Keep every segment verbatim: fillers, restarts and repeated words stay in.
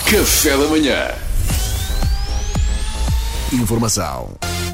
Café da Manhã. Informação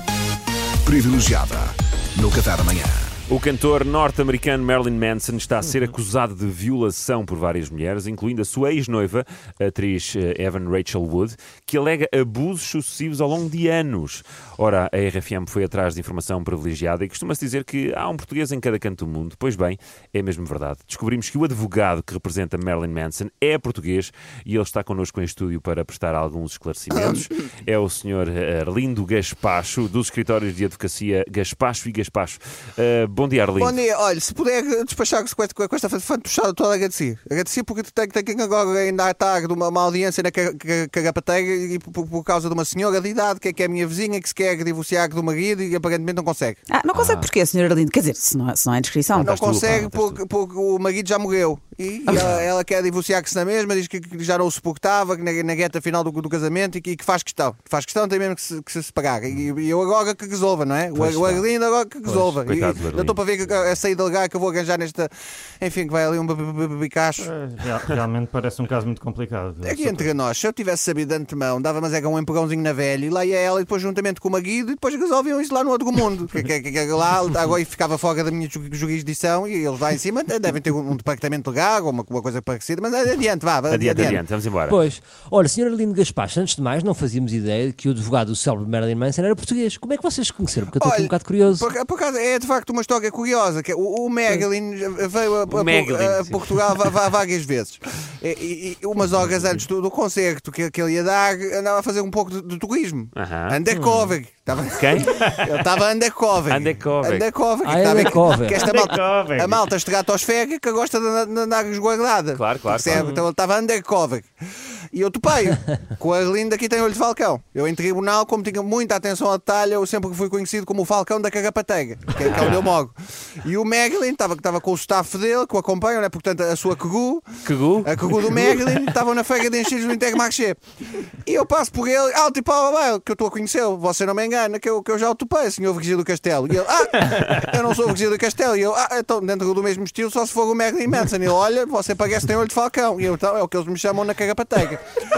privilegiada no Café da Manhã. O cantor norte-americano Marilyn Manson está a ser acusado de violação por várias mulheres, incluindo a sua ex-noiva, a atriz Evan Rachel Wood, que alega abusos sucessivos ao longo de anos. Ora, a R F M foi atrás de informação privilegiada e costuma-se dizer que há um português em cada canto do mundo. Pois bem, é mesmo verdade. Descobrimos que o advogado que representa Marilyn Manson é português e ele está connosco em estúdio para prestar alguns esclarecimentos. É o senhor Arlindo Gaspacho, dos escritórios de advocacia Gaspacho e Gaspacho. Uh, Bom dia, Arlindo. Bom dia. Olha, se puder despachar-se com esta, com esta fantochada toda, agradecer. Agradecer porque tenho, tenho agora ainda à tarde uma, uma audiência na Carapatega e por, por causa de uma senhora de idade que é, que é a minha vizinha, que se quer divorciar do marido e aparentemente não consegue. Ah, não consegue Ah. porquê, senhor Arlindo? Quer dizer, se não é, se não é descrição. Não estás tu, consegue pá, não estás porque, porque o marido já morreu. E ela, ela quer divorciar-se na mesma, diz que, que já não o suportava, que na, na gueta final do, do casamento e que, que faz questão. Que faz questão, tem mesmo que se, que se separar. E, e eu agora que resolva, não é? Pois o o está. Arlindo agora que resolva. E, coitado do eu estou para ver que a saída legal que eu vou arranjar nesta. Enfim, que vai ali um bicacho. Real- Realmente parece um caso muito complicado. Aqui entre nós, se eu tivesse sabido de antemão, dava mas é que um empurrãozinho na velha e lá ia ela e depois juntamente com o marido e depois resolviam isso lá no outro mundo. que, que, que, que lá agora ficava fora da minha ju- jurisdição e eles lá em cima devem ter um, um departamento legal ou uma, uma coisa parecida, mas adiante, vá, Adiante, adiante. adiante, vamos embora. Pois, olha, senhor Arlindo Gaspacho, antes de mais, não fazíamos ideia de que o advogado do célebre Marilyn Manson era português. Como é que vocês se conheceram? Porque eu estou aqui um Olha, bocado curioso. Por, por acaso, é de facto uma história curiosa. Que é, o, o Marilyn veio a, a- O Marilyn, a- a sim. Portugal vá- vá várias vezes. E, e- e umas horas antes do, do concerto que, que ele ia dar, andava a fazer um pouco de, de turismo. Aham. Undercover. Estava- Quem? Ele estava undercover. Undercover. Undercover. Ah, Estava- undercover. que esta malta, Undercover. a malta estratosférica gosta de andar- de andar resguardada. Claro, claro, Percebe? claro. Então ele estava undercover. E eu topei. Com a Arlindo aqui tem olho de falcão. Eu em tribunal, como tinha muita atenção ao detalhe, eu sempre fui conhecido como o falcão da Carapatega, que é, que é onde eu moro. E o Marilyn estava, estava com o staff dele, que o acompanham, né? Portanto, a sua Kegu, Que gu? a Kegu do Marilyn, estavam na feira de enchidos do Intermarché. E eu passo por ele, ah, tipo, ah, que eu estou a conhecê-lo, você não me engana, que eu, que eu já o topei, senhor Virgílio do Castelo. E ele, ah, eu não sou o Virgílio do Castelo. E eu, ah, então, dentro do mesmo estilo, só se for o Marilyn Manson. E ele, olha, você parece que tem olho de falcão. E eu, então, é o que eles me chamam na Carapatega.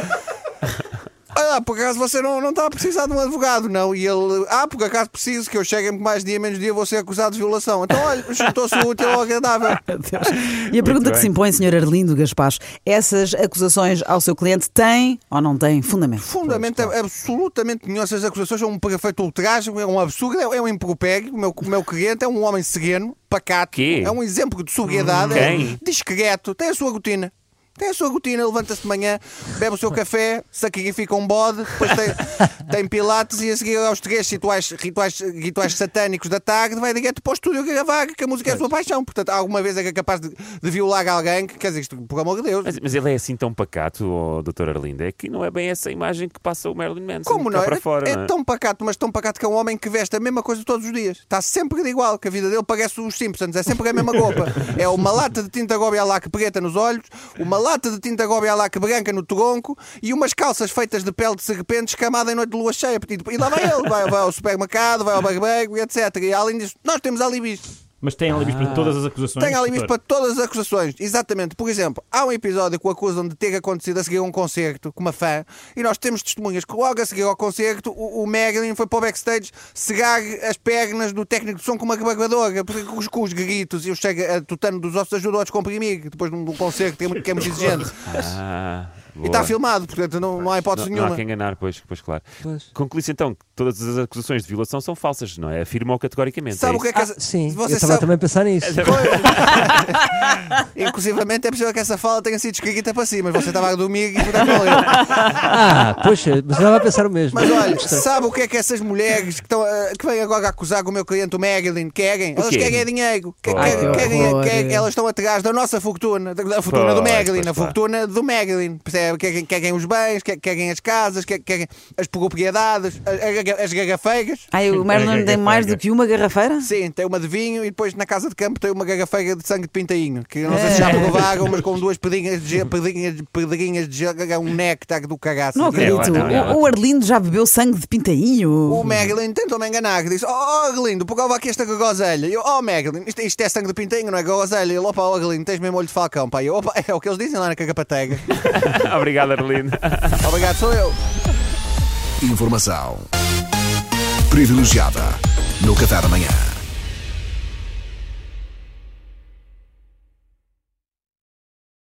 Ah, por acaso você não, não está a precisar de um advogado, não? E ele, ah, por acaso preciso, que eu chegue mais dia menos dia vou ser acusado de violação. Então, olha, juntou-se o útil ao agradável. Meu Deus. E a pergunta que bem. se impõe, senhor Arlindo Gaspacho, essas acusações ao seu cliente têm ou não têm fundamento? Fundamento absolutamente nenhum. Essas acusações são um perfeito ultraje, é um absurdo, é um impropério. O meu, o meu cliente é um homem sereno, pacato, Quê? é um exemplo de sobriedade, Hum, é quem? discreto, tem a sua rotina. Tem a sua rotina, levanta-se de manhã, bebe o seu café, sacrifica um bode, depois tem, tem pilates e a seguir aos três rituais, rituais, rituais satânicos da tarde vai direto para o estúdio gravar, que a música é a sua paixão. Portanto, alguma vez é que é capaz de, de violar alguém, que quer dizer, isto, por amor de Deus. Mas, mas ele é assim tão pacato, oh, doutor Arlindo, é que não é bem essa imagem que passa o Marilyn Manson Como cá não? para É, fora, é não é? tão pacato, mas tão pacato que é um homem que veste a mesma coisa todos os dias. Está sempre de igual, que a vida dele parece os Simpsons, é sempre a mesma roupa. É uma lata de tinta góbia à laque preta nos olhos, uma lata de tinta góbia à laque branca no tronco e umas calças feitas de pele de serpente escamada em noite de lua cheia. E lá vai ele, vai, vai ao supermercado, vai ao barbeiro e etcétera. E além disso, nós temos alibis. Mas tem alibis para todas as acusações? Tem alibis doutor? para todas as acusações, exatamente. Por exemplo, há um episódio que o acusam de ter acontecido a seguir a um concerto com uma fã e nós temos testemunhas que logo a seguir ao concerto o, o Marilyn foi para o backstage cegar as pernas do técnico de som com uma gravadora, porque com os, com os gritos e o chega a tutano dos ossos ajudou a descomprimir depois de um, de um concerto que é muito, que é muito exigente. Ah, E boa. está filmado, portanto não, não há hipótese Não, não há nenhuma. que enganar, pois, pois claro. Pois. Conclui-se então que todas as acusações de violação são falsas, não é? Afirmam categoricamente. Sabe é o que é isso? que Ah, essa... sim, você eu estava sabe... também a pensar nisso. Inclusivamente é possível que essa fala tenha sido escrita para si, mas você estava a dormir e portanto não leu. Ah, poxa, mas eu estava a pensar o mesmo. Mas olha, sabe o que é que essas mulheres que, estão, a- que vêm agora acusar o meu cliente, o Marilyn, querem? Elas quê? querem é dinheiro. Que- Ai, querem- que querem- horror. querem- elas estão atrás da nossa fortuna, da, da fortuna do Pois, Marilyn, pois, a claro. fortuna do Marilyn. Percebe? Querem, querem os bens, querem, querem as casas, querem, querem as propriedades, as, as garrafeiras. Ai, o Marilyn tem mais do que uma garrafeira? Sim, tem uma de vinho e depois na casa de campo tem uma garrafeira de sangue de pintainho, que eu não sei se já provaram, mas com duas pedrinhas de gelo, pedrinhas, pedrinhas de gelo, é um néctar do cagaço. Não acredito. não, não. O, o Arlindo já bebeu sangue de pintainho. O Marilyn tentou-me enganar, que disse: Oh, oh Arlindo, prova aqui esta groselha. E eu, oh Marilyn, isto, isto é sangue de pintinho, não é groselha. E ele, opa, oh Arlindo, tens mesmo olho de falcão, pá. E eu, opa, é o que eles dizem lá na Carapatega. Obrigado, Arlindo. Obrigado, sou eu. Informação privilegiada no Café da Manhã.